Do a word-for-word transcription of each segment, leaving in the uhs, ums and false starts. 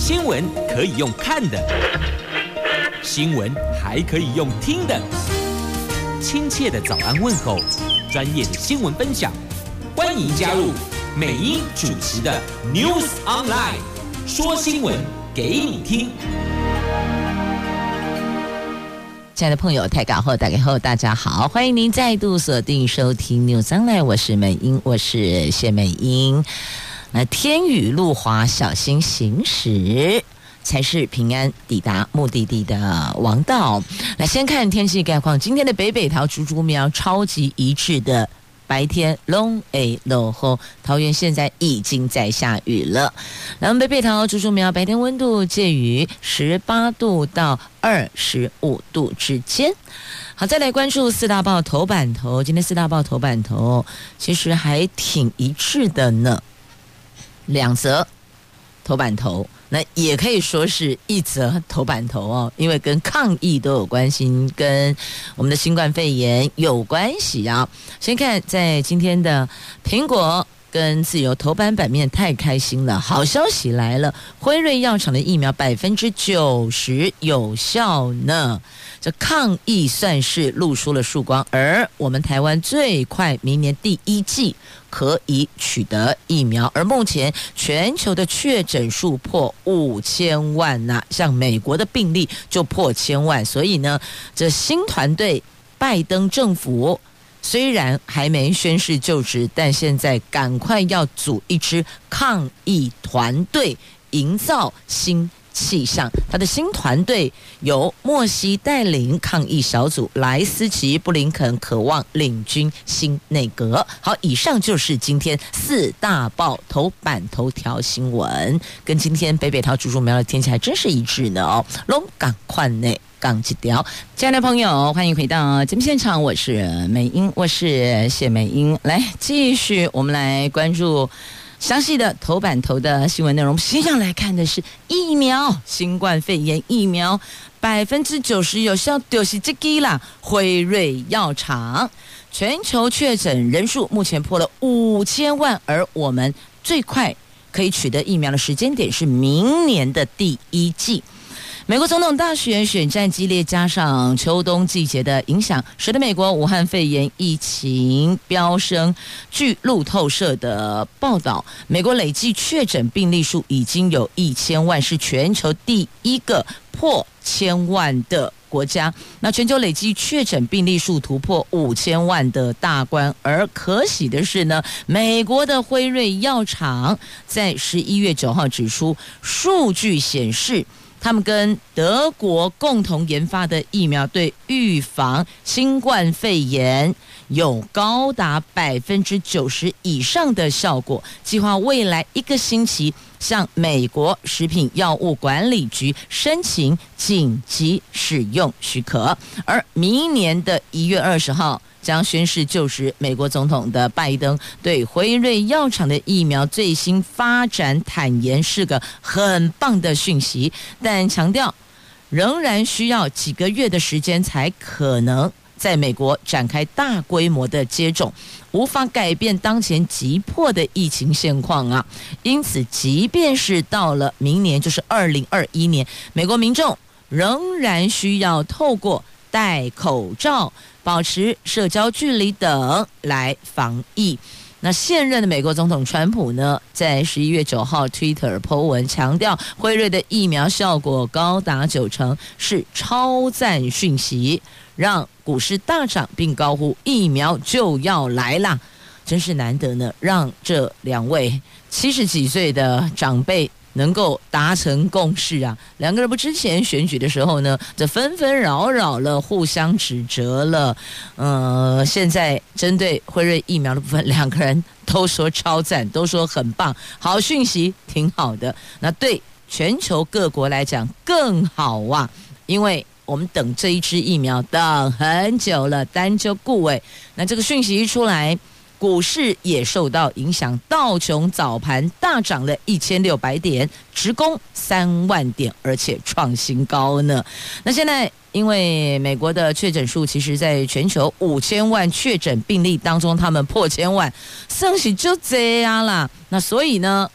新闻可以用看的，新闻还可以用听的。亲切的早安问候，专业的新闻分享，欢迎加入美英主持的 News Online， 说新闻给你听。 亲爱的朋友，台港后打开后，大家好，欢迎您再度锁定收听 News Online， 我是美英，我是谢美英。那天雨路滑，小心行驶，才是平安抵达目的地的王道。来，先看天气概况，今天的北北桃竹竹苗超级一致的。白天龙诶落后，桃园现在已经在下雨了。南北北桃竹竹苗白天温度介于十八度到二十五度之间。好，再来关注四大报头版头，今天四大报头版头其实还挺一致的呢，两则头版头。那也可以说是一则头版头哦，因为跟抗疫都有关系，跟我们的新冠肺炎有关系啊。先看在今天的苹果跟自由头版版面，太开心了，好消息来了，辉瑞药厂的疫苗百分之九十有效呢。这抗疫算是露出了曙光，而我们台湾最快明年第一季可以取得疫苗，而目前全球的确诊数破五千万呐、啊，像美国的病例就破千万，所以呢，这新团队拜登政府虽然还没宣誓就职，但现在赶快要组一支抗疫团队，营造新气象。他的新团队由莫西带领抗疫小组，莱斯奇、布林肯渴望领军新内阁。好，以上就是今天四大报头版头条新闻，跟今天北北桃竹竹苗的天气还真是一致呢哦，龙港宽内。港几条，亲爱的朋友，欢迎回到节目现场，我是美英，我是谢美英。来，继续我们来关注详细的头版头的新闻内容。先要来看的是疫苗，新冠肺炎疫苗百分之九十有效，就是这个啦。辉瑞药厂全球确诊人数目前破了五千万，而我们最快可以取得疫苗的时间点是明年的第一季。美国总统大选选战激烈，加上秋冬季节的影响，使得美国武汉肺炎疫情飙升。据路透社的报道，美国累计确诊病例数已经有一千万，是全球第一个破千万的国家。那全球累计确诊病例数突破五千万的大关，而可喜的是呢，美国的辉瑞药厂在十一月九号指出，数据显示他们跟德国共同研发的疫苗对预防新冠肺炎有高达百分之九十以上的效果，计划未来一个星期向美国食品药物管理局申请紧急使用许可，而明年的一月二十号将宣誓就职。美国总统的拜登对辉瑞药厂的疫苗最新发展坦言是个很棒的讯息，但强调仍然需要几个月的时间才可能在美国展开大规模的接种，无法改变当前急迫的疫情现况啊！因此，即便是到了明年，就是二零二一年，美国民众仍然需要透过戴口罩、保持社交距离等来防疫。那现任的美国总统川普呢，在十一月九号 Twitter po 文强调，辉瑞的疫苗效果高达九成，是超赞讯息，让股市大涨，并高呼疫苗就要来啦！真是难得呢，让这两位七十几岁的长辈能够达成共识啊！两个人不之前选举的时候呢，这纷纷扰扰了，互相指责了。呃，现在针对辉瑞疫苗的部分，两个人都说超赞，都说很棒，好讯息，挺好的。那对全球各国来讲更好啊，因为我们等这一支疫苗等很久了，单就顾伟。那这个讯息一出来，股市也受到影响，道琼早盘大涨了一千六百点，直攻三万点，而且创新高呢。那现在因为美国的确诊数其实在全球五千万确诊病例当中，他们破千万，剩下就这样啦。那所以呢，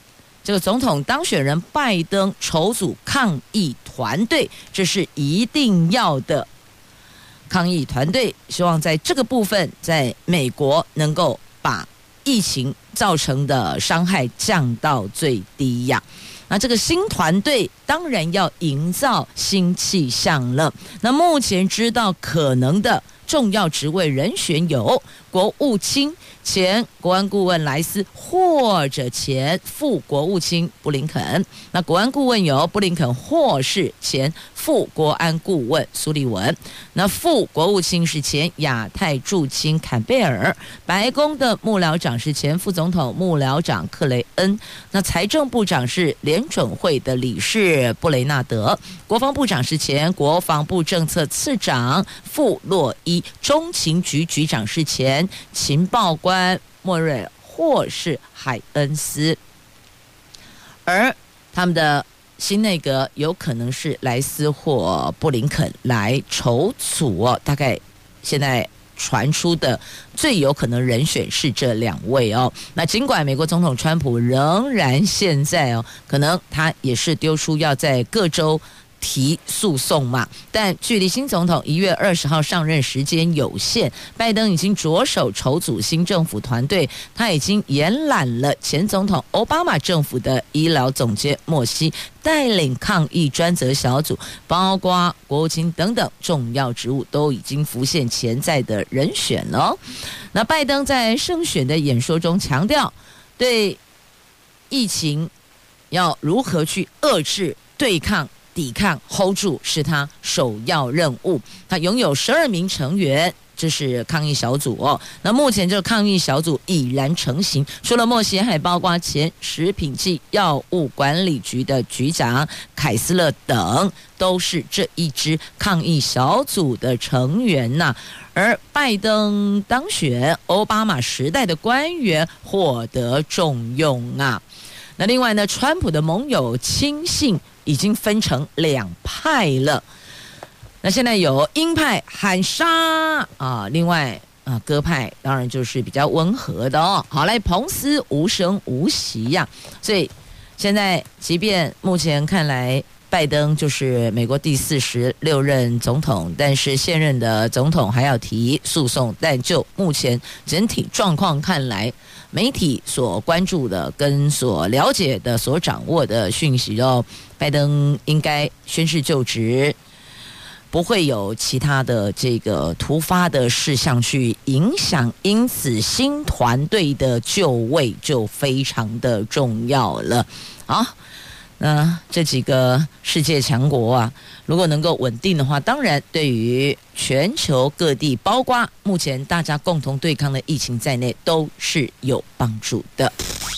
这个总统当选人拜登筹组抗疫团队，这是一定要的。抗疫团队希望在这个部分，在美国能够把疫情造成的伤害降到最低呀。那这个新团队当然要营造新气象了。那目前知道可能的重要职位人选有国务卿、前国安顾问莱斯，或者前副国务卿布林肯。那国安顾问有布林肯或是前副国安顾问苏利文。那副国务卿是前亚太驻青坎贝尔。白宫的幕僚长是前副总统幕僚长克雷恩。那财政部长是联准会的理事布雷纳德。国防部长是前国防部政策次长傅洛伊。中情局局长是前情报官莫瑞尔或是海恩斯。而他们的新内阁有可能是莱斯或布林肯来筹组哦，大概现在传出的最有可能人选是这两位哦。那尽管美国总统川普仍然现在哦，可能他也是丢出要在各州提诉讼嘛，但距离新总统一月二十号上任时间有限，拜登已经着手筹组新政府团队，他已经延揽了前总统奥巴马政府的医疗总监莫西，带领抗疫专责小组，包括国务卿等等重要职务都已经浮现潜在的人选了。那拜登在胜选的演说中强调，对疫情要如何去遏制、对抗、抵抗 hold 住是他首要任务。他拥有十二名成员，这是抗疫小组哦。那目前这个抗疫小组已然成型，除了莫西，还包括前食品暨药物管理局的局长凯斯勒等，都是这一支抗疫小组的成员呐、啊。而拜登当选，奥巴马时代的官员获得重用啊。那另外呢，川普的盟友亲信已经分成两派了。那现在有鹰派喊杀啊，另外啊鸽派当然就是比较温和的哦。好来，彭斯无声无息呀、啊，所以现在即便目前看来拜登就是美国第四十六任总统，但是现任的总统还要提诉讼，但就目前整体状况看来，媒体所关注的跟所了解的所掌握的讯息哦，拜登应该宣誓就职，不会有其他的这个突发的事项去影响，因此新团队的就位就非常的重要了。好，那这几个世界强国啊，如果能够稳定的话，当然对于全球各地，包括目前大家共同对抗的疫情在内，都是有帮助的。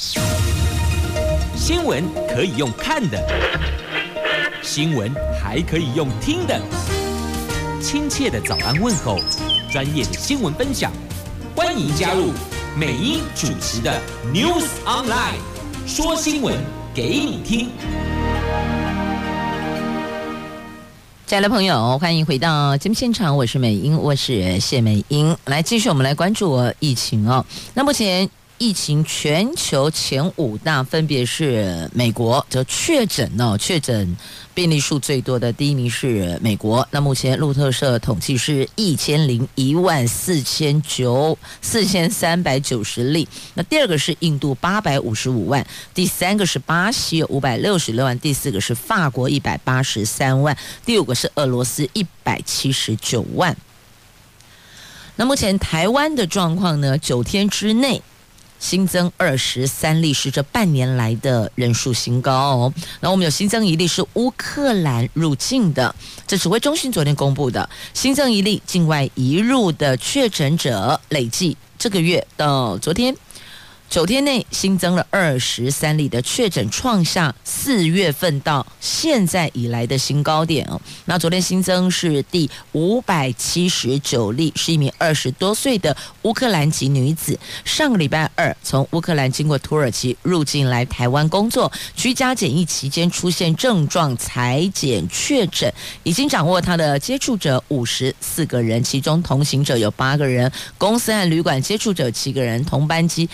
新闻可以用看的，新闻还可以用听的。亲切的早安问候，专业的新闻分享，欢迎加入美英主持的 News Online， 说新闻给你听。 亲爱的朋友，欢迎回到节目现场，我是美英，我是谢美英。来，继续我们来关注疫情哦。那目前疫情全球前五大分别是美国，则确诊哦，确诊病例数最多的第一名是美国。那目前路透社统计是一千零一万四千九四千三百九十例。那第二个是印度八百五十五万，第三个是巴西五百六十六万，第四个是法国一百八十三万，第五个是俄罗斯一百七十九万。那目前台湾的状况呢？九天之内新增二十三例，是这半年来的人数新高哦。那我们有新增一例是乌克兰入境的，这指挥中心昨天公布的，新增一例境外移入的确诊者，累计这个月到昨天九天内新增了二十三例的确诊，创下四月份到现在以来的新高点哦。那昨天新增是第五百七十九例，是一名二十多岁的乌克兰籍女子，上个礼拜二从乌克兰经过土耳其入境来台湾工作，居家检疫期间出现症状，采检确诊，已经掌握她的接触者五十四个人，其中同行者有八个人，公司和旅馆接触者七个人，同班机前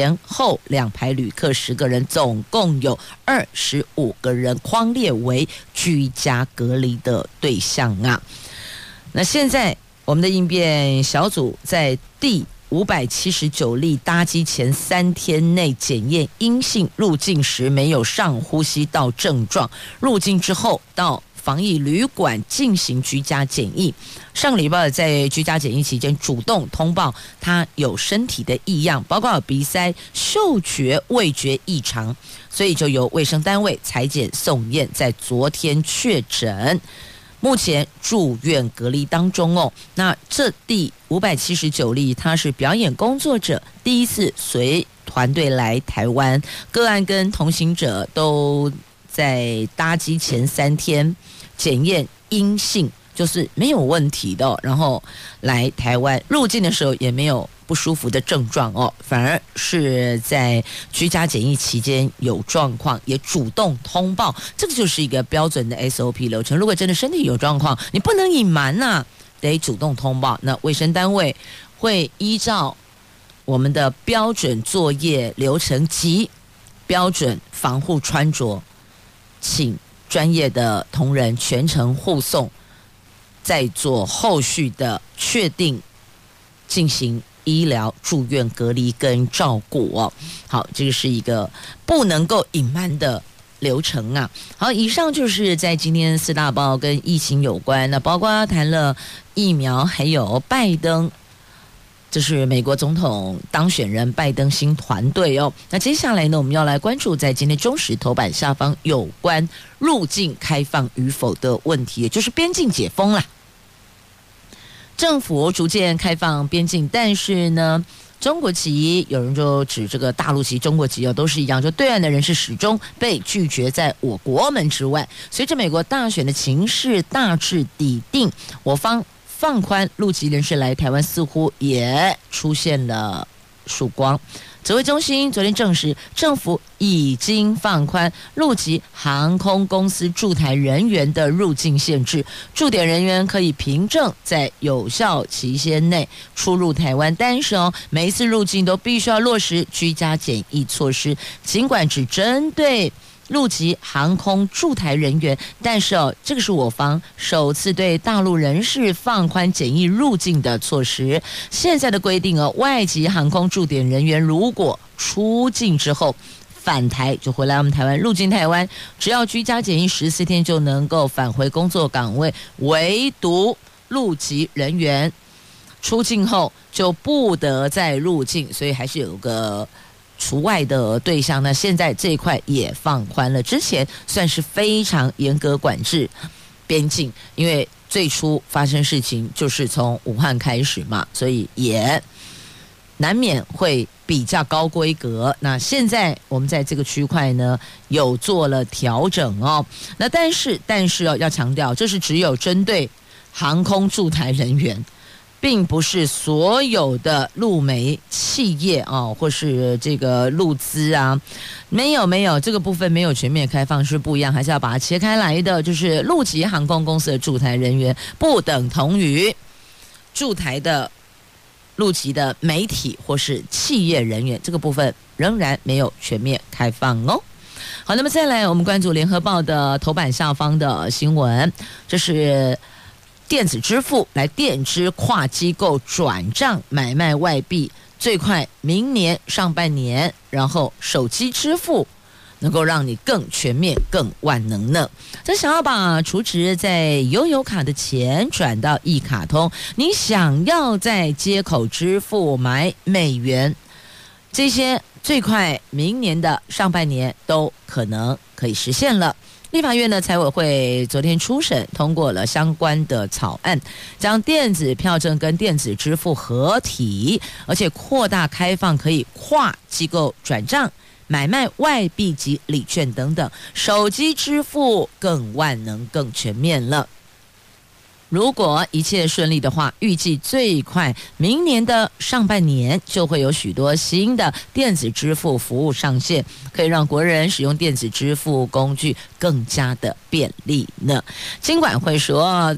前后两排旅客十个人，总共有二十五个人匡列为居家隔离的对象啊。那现在我们的应变小组在第五百七十九例搭机前三天内检验阴性，入境时没有上呼吸道症状，入境之后到防疫旅馆进行居家检疫。上个礼拜在居家检疫期间主动通报他有身体的异样，包括有鼻塞、嗅觉、味觉异常，所以就由卫生单位采检送验，在昨天确诊，目前住院隔离当中哦。那这第五百七十九例，他是表演工作者，第一次随团队来台湾，个案跟同行者都在搭机前三天检验阴性，就是没有问题的，然后来台湾入境的时候也没有不舒服的症状哦，反而是在居家检疫期间有状况，也主动通报，这个就是一个标准的 S O P 流程。如果真的身体有状况，你不能隐瞒呐、啊，得主动通报。那卫生单位会依照我们的标准作业流程及标准防护穿着，请专业的同仁全程护送，再做后续的确定，进行医疗、住院、隔离跟照顾哦。好，这个是一个不能够隐瞒的流程啊。好，以上就是在今天四大报跟疫情有关，那包括谈了疫苗，还有拜登，这是美国总统当选人拜登新团队哦。那接下来呢，我们要来关注在今天中时头版下方有关入境开放与否的问题，也就是边境解封啦。政府逐渐开放边境，但是呢，中国籍有人就指这个大陆籍、中国籍哦，都是一样，就对岸的人士始终被拒绝在我国门之外。随着美国大选的情势大致底定，我方放宽陆籍人士来台湾，似乎也出现了曙光。指挥中心昨天证实，政府已经放宽陆籍航空公司驻台人员的入境限制，驻点人员可以凭证在有效期限内出入台湾，但是哦，每一次入境都必须要落实居家检疫措施。尽管只针对陆籍航空驻台人员，但是哦，这个是我方首次对大陆人士放宽检疫入境的措施。现在的规定哦，外籍航空驻点人员如果出境之后返台，就回来我们台湾入境台湾，只要居家检疫十四天就能够返回工作岗位，唯独陆籍人员出境后就不得再入境，所以还是有个除外的对象呢，现在这一块也放宽了。之前算是非常严格管制边境，因为最初发生事情就是从武汉开始嘛，所以也难免会比较高规格。那现在我们在这个区块呢有做了调整哦。那但是但是哦，要强调，这是只有针对航空驻台人员，并不是所有的陆媒企业啊，或是这个陆资啊，没有没有这个部分没有全面开放是不一样，还是要把它切开来的。就是陆籍航空公司的驻台人员不等同于驻台的陆籍的媒体或是企业人员，这个部分仍然没有全面开放哦。好，那么再来我们关注联合报的头版下方的新闻，这是电子支付来电支跨机构转账买卖外币，最快明年上半年，然后手机支付能够让你更全面更万能呢。这想要把储值在悠游卡的钱转到一卡通，你想要在街口支付买美元，这些最快明年的上半年都可能可以实现了。立法院的财委会昨天初审通过了相关的草案，将电子票证跟电子支付合体，而且扩大开放可以跨机构转账、买卖外币及礼券等等，手机支付更万能更全面了。如果一切顺利的话，预计最快明年的上半年就会有许多新的电子支付服务上线，可以让国人使用电子支付工具更加的便利呢。金管会说，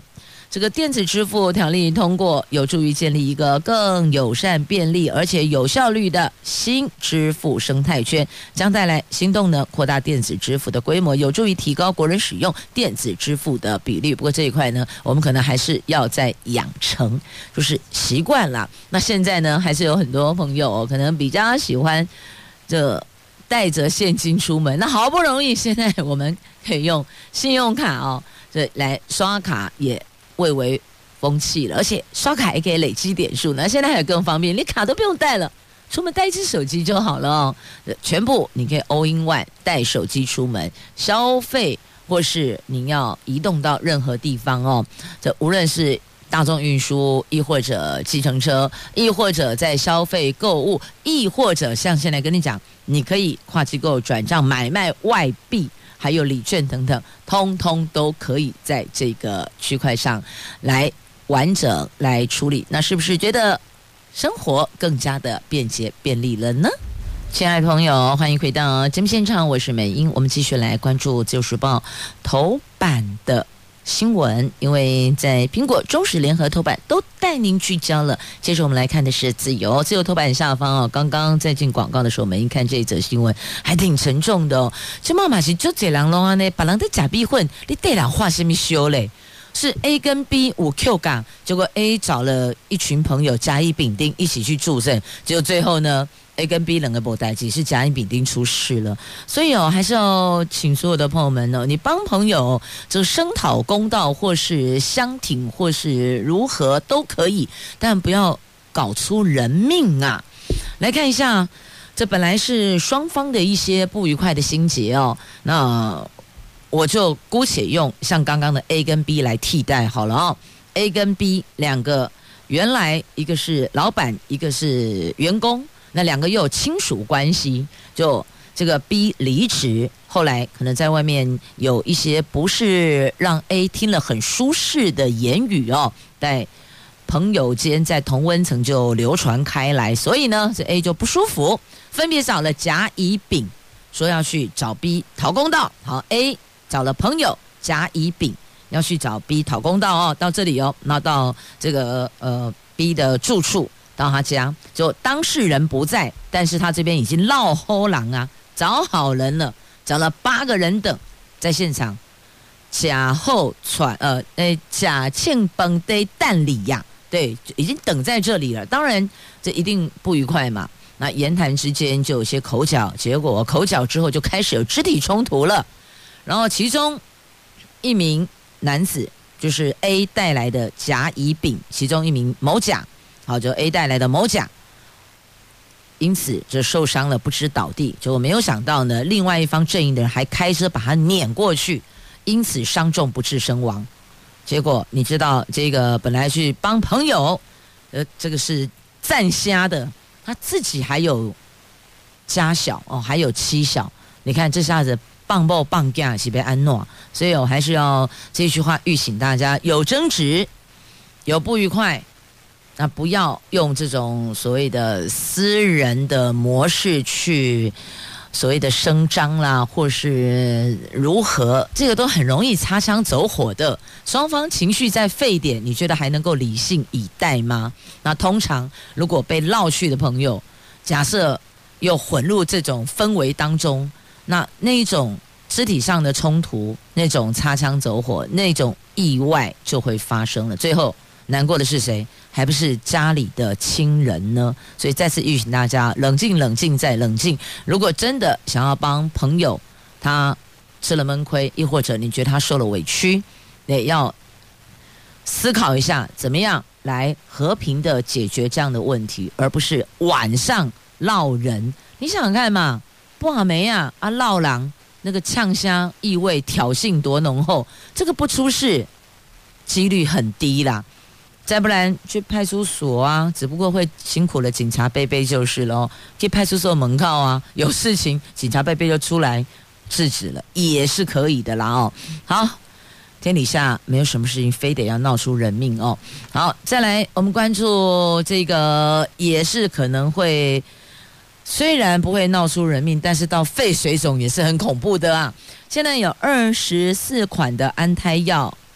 这个电子支付条例通过，有助于建立一个更友善、便利而且有效率的新支付生态圈，将带来新动能，扩大电子支付的规模，有助于提高国人使用电子支付的比率。不过这一块呢，我们可能还是要再养成，就是习惯啦。那现在呢，还是有很多朋友、哦、可能比较喜欢这带着现金出门，那好不容易现在我们可以用信用卡哦，这来刷卡也蔚为风气了，而且刷卡也可以累积点数呢。现在还有更方便，连卡都不用带了，出门带一只手机就好了哦。全部你可以 all in one， 带手机出门消费，或是你要移动到任何地方哦。这无论是大众运输，亦或者计程车，亦或者在消费购物，亦或者像现在跟你讲，你可以跨机构转账买卖外币，还有礼券等等，通通都可以在这个区块上来完整来处理。那是不是觉得生活更加的便捷便利了呢？亲爱的朋友，欢迎回到节目现场，我是美英。我们继续来关注自由时报头版的新闻，因为在苹果、中时、联合头版都带您聚焦了。接着我们来看的是自由，自由头版下方哦，刚刚在进广告的时候，我们一看这一则新闻，还挺沉重的哦。这妈妈是就这人拢安尼，把人的假逼混，你对人话什么修嘞？是 A 跟 B 五 Q 港，结果 A 找了一群朋友甲乙丙丁一起去助阵，结果最后呢 A 跟 B 两个没代志，是甲乙丙丁出事了。所以哦，还是要请所有的朋友们哦，你帮朋友这声讨公道，或是相挺，或是如何都可以，但不要搞出人命啊！来看一下，这本来是双方的一些不愉快的心结哦，那我就姑且用像刚刚的 A 跟 B 来替代好了哦。A 跟 B 两个原来一个是老板，一个是员工，那两个又有亲属关系，就这个 B 离职，后来可能在外面有一些不是让 A 听了很舒适的言语哦，在朋友间在同温层就流传开来，所以呢这 A 就不舒服，分别找了甲乙丙，说要去找 B 讨公道。好， A找了朋友甲乙丙要去找 B 讨公道哦，到这里哦，那到这个呃 B 的住处，到他家，就当事人不在，但是他这边已经落后人啊，找好人了，找了八个人等在现场，假后传呃呃假庆崩的蛋里呀，对，已经等在这里了。当然这一定不愉快嘛，那言谈之间就有些口角，结果口角之后就开始有肢体冲突了。然后其中一名男子就是 A 带来的甲乙丙，其中一名某甲，好，就 A 带来的某甲，因此就受伤了，不知倒地。结果没有想到呢，另外一方阵营的人还开车把他碾过去，因此伤重不治身亡。结果你知道这个本来去帮朋友，呃，这个是赞虾的，他自己还有家小哦，还有妻小，你看这下子棒爆棒架是被安诺，所以我还是要这句话预醒大家：有争执，有不愉快，那不要用这种所谓的私人的模式去所谓的声张啦，或是如何，这个都很容易擦枪走火的。双方情绪在沸点，你觉得还能够理性以待吗？那通常如果被绕去的朋友，假设又混入这种氛围当中，那那一种肢体上的冲突，那种擦枪走火，那种意外就会发生了。最后难过的是谁？还不是家里的亲人呢？所以再次预醒大家，冷静冷静再冷静。如果真的想要帮朋友他吃了闷亏，亦或者你觉得他受了委屈，也要思考一下怎么样来和平的解决这样的问题，而不是晚上闹人。你想想看嘛，不好没啊啊闹人，那个呛虾意味挑衅多浓厚，这个不出事几率很低啦。再不然去派出所啊，只不过会辛苦了警察贝贝就是咯，去派出所门口啊，有事情警察贝贝就出来制止了，也是可以的啦哦。好，天底下没有什么事情非得要闹出人命哦。好，再来我们关注这个，也是可能会虽然不会闹出人命，但是到肺水肿也是很恐怖的啊。现在有二十四款的安胎药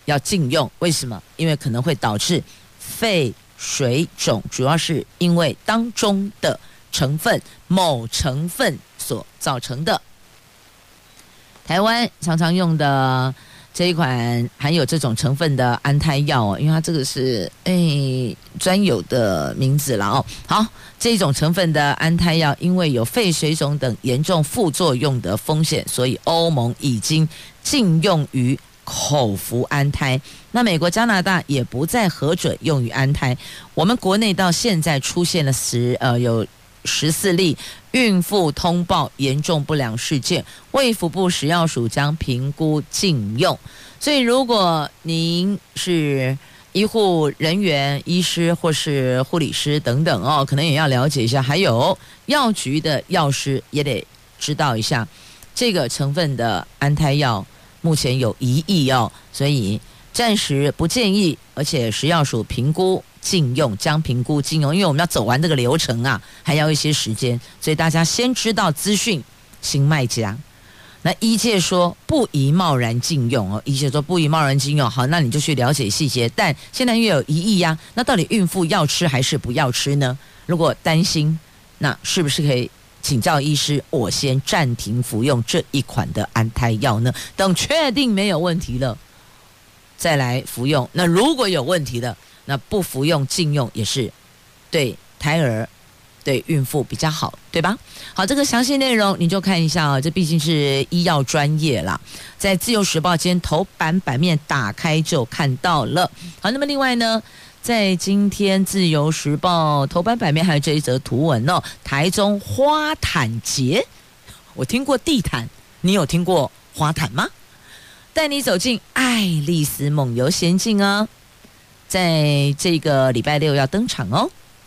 要禁用。为什么？因为可能会导致肺水肿，主要是因为当中的成分某成分所造成的。台湾常常用的这一款含有这种成分的安胎药哦，因为它这个是诶专有的名字了哦。好，这种成分的安胎药，因为有肺水肿等严重副作用的风险，所以欧盟已经禁用于口服安胎。那美国、加拿大也不再核准用于安胎。我们国内到现在出现了十呃有十四例孕妇通报严重不良事件，卫福部食药署将评估禁用。所以如果您是医护人员、医师或是护理师等等哦，可能也要了解一下，还有药局的药师也得知道一下这个成分的安胎药目前有疑义哦，所以暂时不建议，而且食药署评估禁用，将评估禁用，因为我们要走完这个流程啊，还要一些时间，所以大家先知道资讯，新卖家。那医界说不宜贸然禁用哦，医界说不宜贸然禁用，好，那你就去了解细节。但现在又有疑义呀，那到底孕妇要吃还是不要吃呢？如果担心，那是不是可以请教医师，我先暂停服用这一款的安胎药呢？等确定没有问题了，再来服用。那如果有问题的，那不服用禁用也是对胎儿、对孕妇比较好，对吧？好，这个详细内容你就看一下啊，这毕竟是医药专业啦，在自由时报今天头版版面打开就看到了。好，那么另外呢，在今天自由时报头版版面还有这一则图文哦，台中花毯节，我听过地毯，你有听过花毯吗？带你走进爱丽丝梦游仙境啊，在这个礼拜六要登场哦。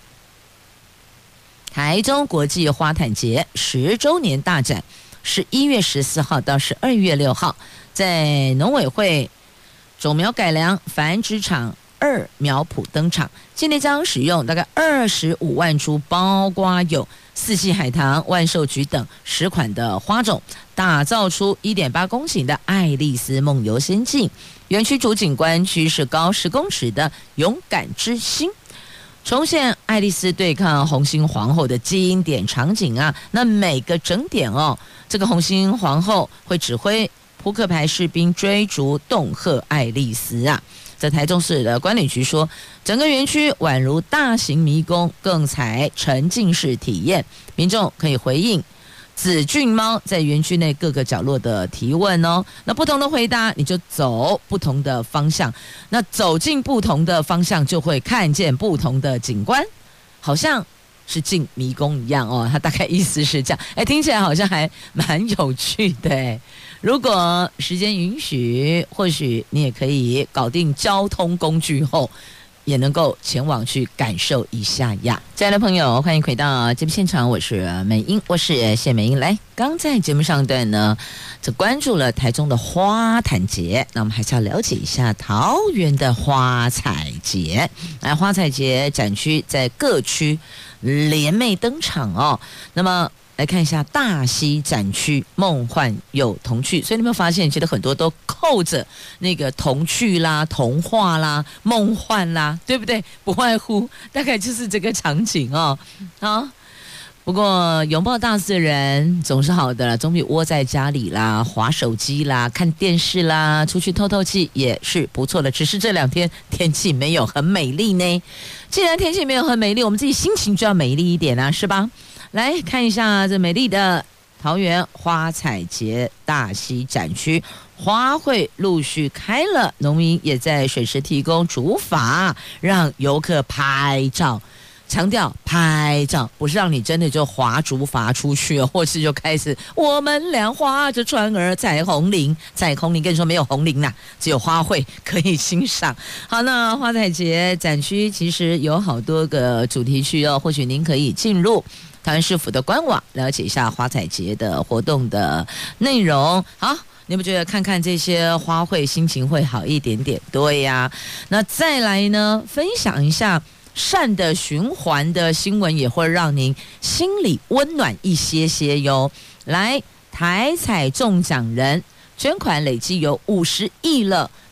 台中国际花毯节十周年大展，十一月十四号到十二月六号，在农委会种苗改良繁殖场二苗圃登场。今年将使用大概二十五万株，包括有四季海棠、万寿菊等十款的花种，打造出 一点八公顷的爱丽丝梦游仙境。园区主景观区是高十公尺的勇敢之星，重现爱丽丝对抗红心皇后的经典场景啊！那每个整点哦，这个红心皇后会指挥扑克牌士兵追逐恫吓爱丽丝啊！在台中市的管理局说，整个园区宛如大型迷宫，更采沉浸式体验，民众可以回应紫菌猫在园区内各个角落的提问哦，那不同的回答你就走不同的方向，那走进不同的方向就会看见不同的景观，好像是进迷宫一样哦。它大概意思是这样，哎，听起来好像还蛮有趣的哎。如果时间允许，或许你也可以搞定交通工具后，也能够前往去感受一下呀。亲爱的朋友，欢迎回到节目现场，我是美英，我是谢美英。来，刚在节目上段呢，就关注了台中的花毯节，那我们还是要了解一下桃园的花彩节。来，花彩节展区在各区联袂登场哦。那么来看一下大溪展区梦幻又童趣，所以你有没有发现，其实很多都扣着那个童趣啦、童话啦、梦幻啦，对不对？不外乎大概就是这个场景哦。好，不过拥抱大自然总是好的，总比窝在家里啦、滑手机啦、看电视啦、出去透透气也是不错的。只是这两天天气没有很美丽呢。既然天气没有很美丽，我们自己心情就要美丽一点啊，是吧？来看一下这美丽的桃园花彩节大溪展区，花卉陆续开了，农民也在水池提供竹筏，让游客拍照。强调拍照，不是让你真的就划竹筏出去，或是就开始我们俩划着船儿在红林，在红林跟你说没有红林啦，只有花卉可以欣赏。好，那花彩节展区其实有好多个主题区哦，或许您可以进入桃园市府的官网了解一下花彩节的活动的内容。好，你不觉得看看这些花卉心情会好一点点？对呀，那再来呢，分享一下善的循环的新闻，也会让您心里温暖一些些哟。来，台彩中奖人捐款累计有五十亿了，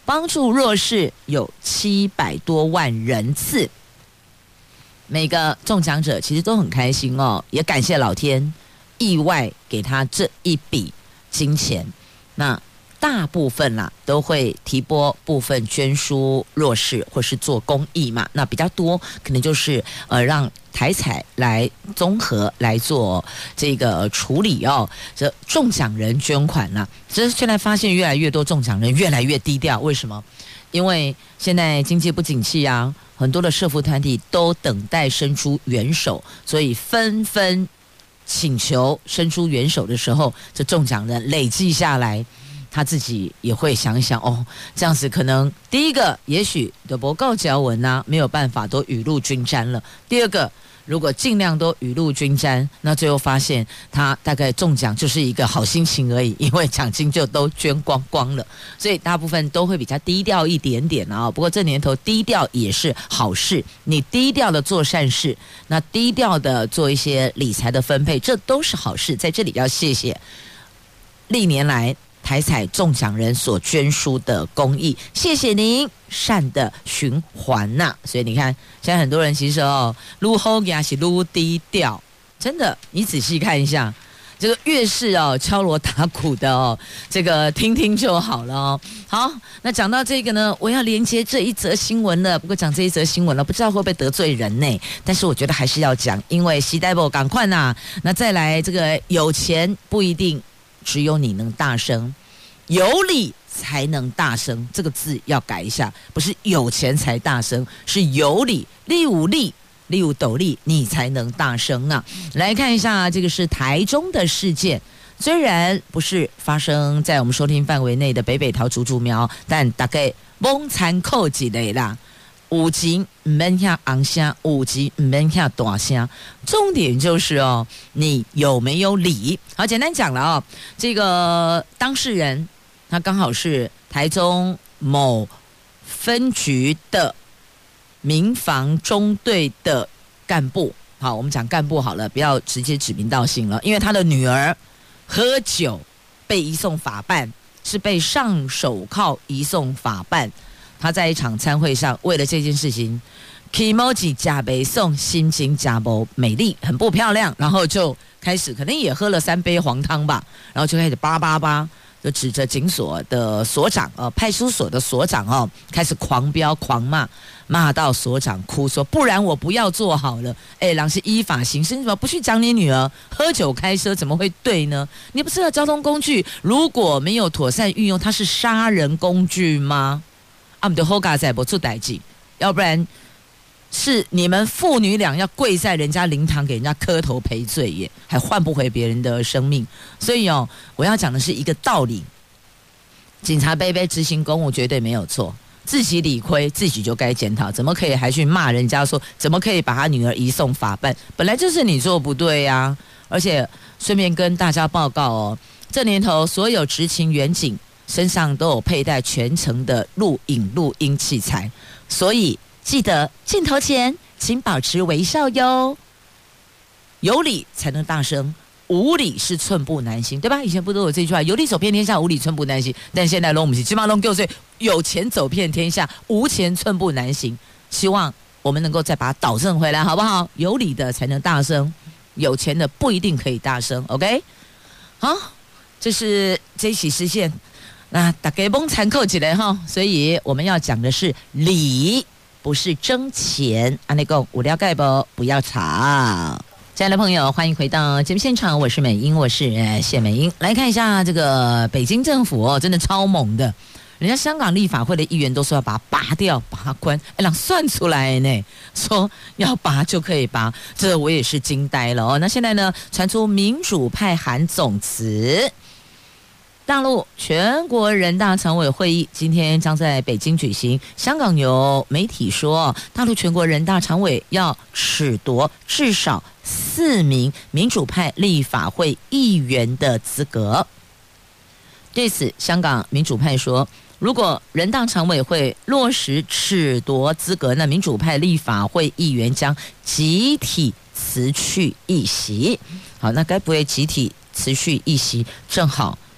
帮助弱势有七百多万人次。每个中奖者其实都很开心哦，也感谢老天意外给他这一笔金钱。那大部分啦都会提拨部分捐输弱势或是做公益嘛，那比较多可能就是呃让台彩来综合来做这个处理哦。这中奖人捐款啦，这现在发现越来越多中奖人越来越低调，为什么？因为现在经济不景气啊，很多的社福团体都等待伸出援手，所以纷纷请求伸出援手的时候，这中奖人累计下来，他自己也会想一想哦，这样子可能第一个也许的不够脚文啊，没有办法都雨露均沾了。第二个，如果尽量都雨露均沾，那最后发现他大概中奖就是一个好心情而已，因为奖金就都捐光光了，所以大部分都会比较低调一点点啊。不过这年头低调也是好事，你低调的做善事，那低调的做一些理财的分配，这都是好事。在这里要谢谢历年来台彩中奖人所捐输的公益，谢谢您善的循环呐、啊。所以你看，现在很多人其实哦，撸后也是撸低调，真的，你仔细看一下，这个越是哦敲锣打鼓的哦，这个听听就好了哦。好，那讲到这个呢，我要连接这一则新闻了。不过讲这一则新闻了，不知道会不会得罪人呢？但是我觉得还是要讲，因为时代不赶快呐。那再来，这个有钱不一定只有你能大声，有理才能大声，这个字要改一下，不是有钱才大声，是有理，力有力，力有斗力，你才能大声啊！来看一下，这个是台中的事件，虽然不是发生在我们收听范围内的北北桃竹竹苗，但大概蒙残扣几类啦。五级唔免遐昂声，五级唔免遐大声。重点就是哦，你有没有理？好，简单讲了哦，这个当事人他刚好是台中某分局的民防中队的干部。好，我们讲干部好了，不要直接指名道姓了，因为他的女儿喝酒被移送法办，是被上手铐移送法办。他在一场参会上，为了这件事情 ，Kimoji 假北宋，心情假不美丽，很不漂亮，然后就开始可能也喝了三杯黄汤吧，然后就开始叭叭叭，就指着警所的所长，呃，派出所的所长哦，开始狂飙狂骂，骂到所长哭说：“不然我不要做好了。”哎，郎是依法行事，你怎么不去讲你女儿喝酒开车怎么会对呢？你不知道交通工具如果没有妥善运用，它是杀人工具吗？啊，我们的后嘎仔不出代志，要不然是你们父女俩要跪在人家灵堂给人家磕头赔罪耶，还换不回别人的生命。所以哦，我要讲的是一个道理：警察贝贝执行公务绝对没有错，自己理亏自己就该检讨，怎么可以还去骂人家说怎么可以把他女儿移送法办？本来就是你做不对呀、啊！而且顺便跟大家报告哦，这年头所有执勤员警身上都有佩戴全程的录影录音器材，所以记得镜头前请保持微笑哟。有理才能大声，无理是寸步难行，对吧？以前不都有这句话，有理走遍天下，无理寸步难行。但现在龙母是起码龙就是有钱走遍天下，无钱寸步难行。希望我们能够再把它导正回来，好不好？有理的才能大声，有钱的不一定可以大声。OK， 好，这是这一起事件。那大家蒙残扣起来哈，所以我们要讲的是理，不是争钱。安内讲无聊盖不不要吵。亲爱的朋友，欢迎回到节目现场，我是美英，我是谢美英。来看一下这个北京政府哦，真的超猛的，人家香港立法会的议员都说要把它拔掉、拔关，哎，让算出来呢，说要拔就可以拔，这我也是惊呆了哦。那现在呢，传出民主派函总辞。大陆全国人大常委会议今天将在北京举行。香港有媒体说，大陆全国人大常委要褫夺至少四名民主派立法会议员的资格。对此，香港民主派说，如果人大常委会落实褫夺资格，那民主派立法会议员将集体辞去一席。好，那该不会集体辞去一席，正好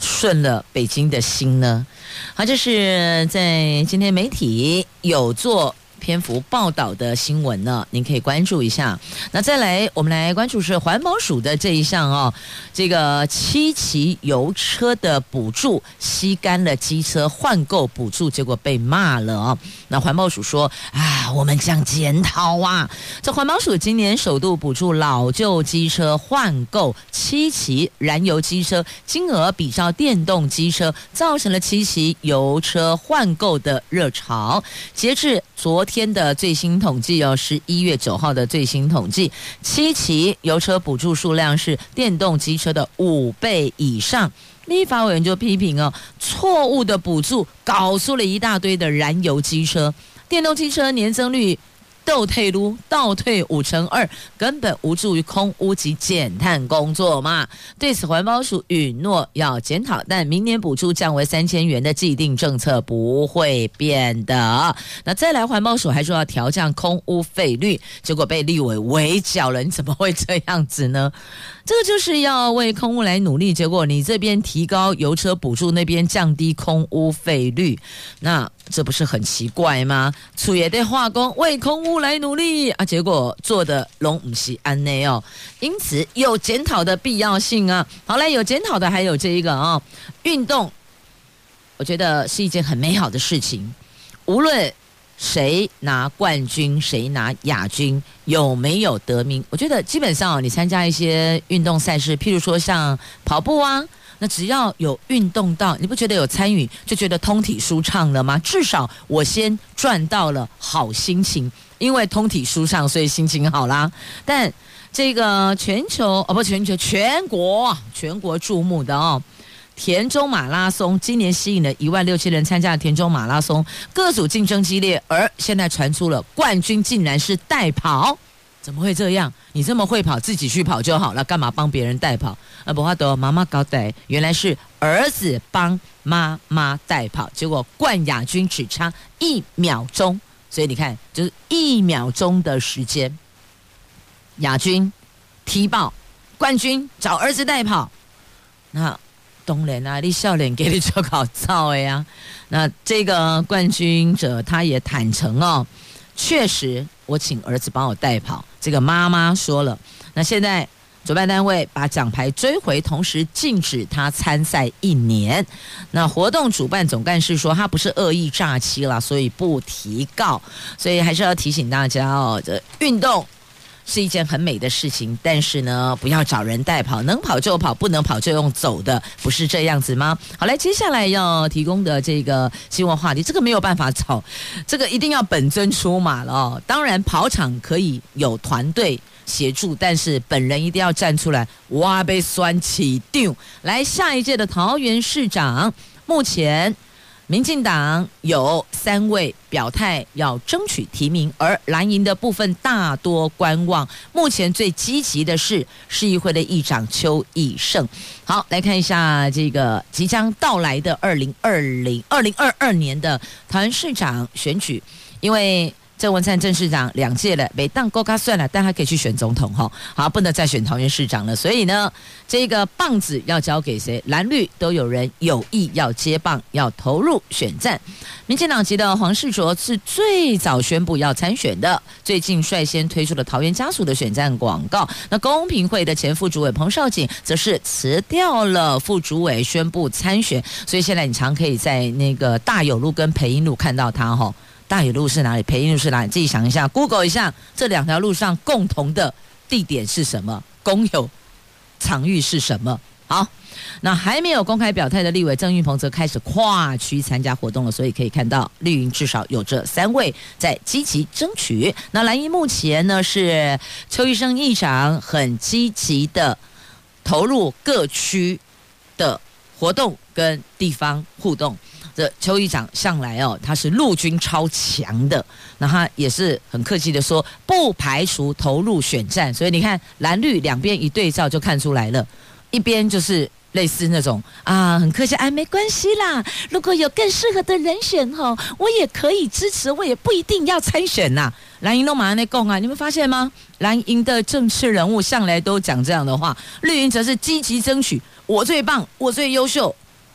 顺了北京的心呢？好，这是在今天媒体有做篇幅报道的新闻呢，您可以关注一下。那再来，我们来关注是环保署的这一项哦，这个七期油车的补助吸干了机车换购补助，结果被骂了哦。那环保署说啊，我们将检讨啊。这环保署今年首度补助老旧机车换购七期燃油机车，金额比照电动机车，造成了七期油车换购的热潮。截至昨天天的最新统计哦，十一月九号的最新统计，七期油车补助数量是电动机车的五倍以上。立法委员就批评哦，错误的补助搞出了一大堆的燃油机车，电动机车年增率倒退路倒退五成二，根本无助于空污及减碳工作嘛。对此，环保署允诺要检讨，但明年补助降为三千元的既定政策不会变的。那再来，环保署还说要调降空污费率，结果被立委围剿了，你怎么会这样子呢？这个就是要为空污来努力，结果你这边提高油车补助，那边降低空污费率，那这不是很奇怪吗？处也得化工为空污来努力啊，结果做的拢不是安内哦，因此有检讨的必要性啊。好来，有检讨的还有这一个啊、哦，运动，我觉得是一件很美好的事情，无论谁拿冠军谁拿亚军有没有得名，我觉得基本上你参加一些运动赛事，譬如说像跑步啊，那只要有运动到，你不觉得有参与就觉得通体舒畅了吗？至少我先赚到了好心情，因为通体舒畅所以心情好啦。但这个全球哦不全球全国全国注目的哦田中马拉松，今年吸引了一万六千人参加的田中马拉松，各组竞争激烈，而现在传出了冠军竟然是代跑，怎么会这样？你这么会跑，自己去跑就好了，干嘛帮别人代跑？啊，不怕得妈妈搞代，原来是儿子帮妈妈代跑，结果冠亚军只差一秒钟，所以你看，就是一秒钟的时间，亚军踢爆，冠军找儿子代跑，那。当然啊，你笑脸给你就搞造的呀。那这个冠军者他也坦诚哦，确实我请儿子帮我代跑。这个妈妈说了，那现在主办单位把奖牌追回，同时禁止他参赛一年。那活动主办总干事说他不是恶意诈欺啦，所以不提告。所以还是要提醒大家哦，这运动是一件很美的事情，但是呢，不要找人代跑，能跑就跑，不能跑就用走的，不是这样子吗？好来，接下来要提供的这个新闻话题，这个没有办法找，这个一定要本尊出马了哦。当然，跑场可以有团队协助，但是本人一定要站出来，哇，被酸起丢。来，下一届的桃园市长，目前民进党有三位表态要争取提名，而蓝营的部分大多观望。目前最积极的是市议会的议长邱奕胜。好，来看一下这个即将到来的二零二零二零二二年的桃园市长选举，因为郑文灿郑市长两届了，没当够他算了，但他可以去选总统哈，好，不能再选桃园市长了。所以呢，这个棒子要交给谁？蓝绿都有人有意要接棒，要投入选战。民进党籍的黄世卓是最早宣布要参选的，最近率先推出了桃园家属的选战广告。那公平会的前副主委彭少锦则是辞掉了副主委，宣布参选。所以现在你常可以在那个大有路跟培英路看到他哈。大有路是哪里？培英路是哪里？自己想一下 ，Google 一下这两条路上共同的地点是什么？公有场域是什么？好，那还没有公开表态的立委郑运鹏则开始跨区参加活动了，所以可以看到绿营至少有这三位在积极争取。那蓝营目前呢是邱奕胜议长很积极的投入各区的活动跟地方互动。这邱议长向来哦，他是陆军超强的，那他也是很客气的说，不排除投入选战。所以你看蓝绿两边一对照就看出来了，一边就是类似那种啊，很客气，哎，没关系啦，如果有更适合的人选哦，我也可以支持，我也不一定要参选呐。蓝营都马上在讲啊，你们发现吗？蓝营的政治人物向来都讲这样的话，绿营则是积极争取，我最棒，我最优秀。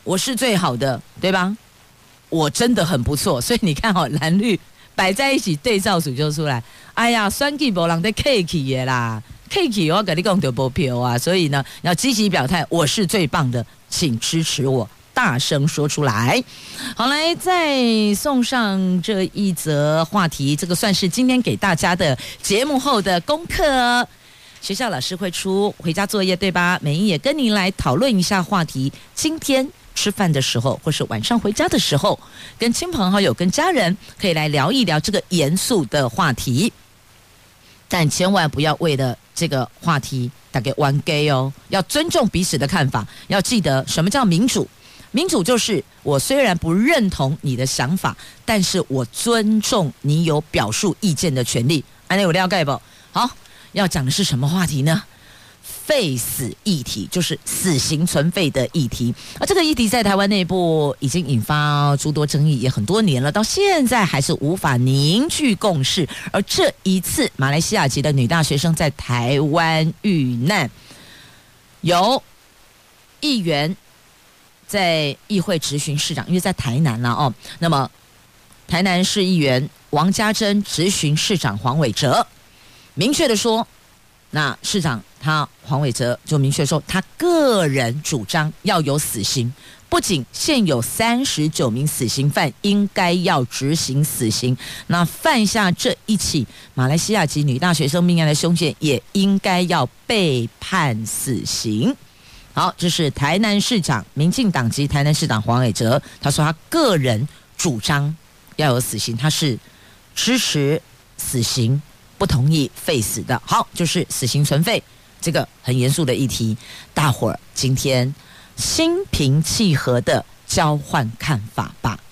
我是最好的，对吧？我真的很不错，所以你看哦，蓝绿摆在一起对照组就出来。哎呀，选举没人在客气的啦，客气我跟你讲就没票啊，所以呢，要积极表态，我是最棒的，请支持我，大声说出来。好，来再送上这一则话题，这个算是今天给大家的节目后的功课。学校老师会出回家作业，对吧？美英也跟您来讨论一下话题。今天吃饭的时候，或是晚上回家的时候，跟亲朋好友、跟家人可以来聊一聊这个严肃的话题，但千万不要为了这个话题大概玩 gay 哦，要尊重彼此的看法，要记得什么叫民主。民主就是我虽然不认同你的想法，但是我尊重你有表述意见的权利。安内有了解不？好。要讲的是什么话题呢？废死议题，就是死刑存废的议题。而这个议题在台湾内部已经引发诸多争议，也很多年了，到现在还是无法凝聚共识。而这一次，马来西亚籍的女大学生在台湾遇难，有议员在议会质询市长，因为在台南了哦。那么，台南市议员王家珍质询市长黄伟哲。明确的说，那市长他黄伟哲就明确说，他个人主张要有死刑，不仅现有三十九名死刑犯应该要执行死刑，那犯下这一起马来西亚籍女大学生命案的凶嫌也应该要被判死刑。好，这是台南市长民进党籍台南市长黄伟哲，他说他个人主张要有死刑，他是支持死刑，不同意废死的。好，就是死刑存废这个很严肃的议题，大伙儿今天心平气和的交换看法吧。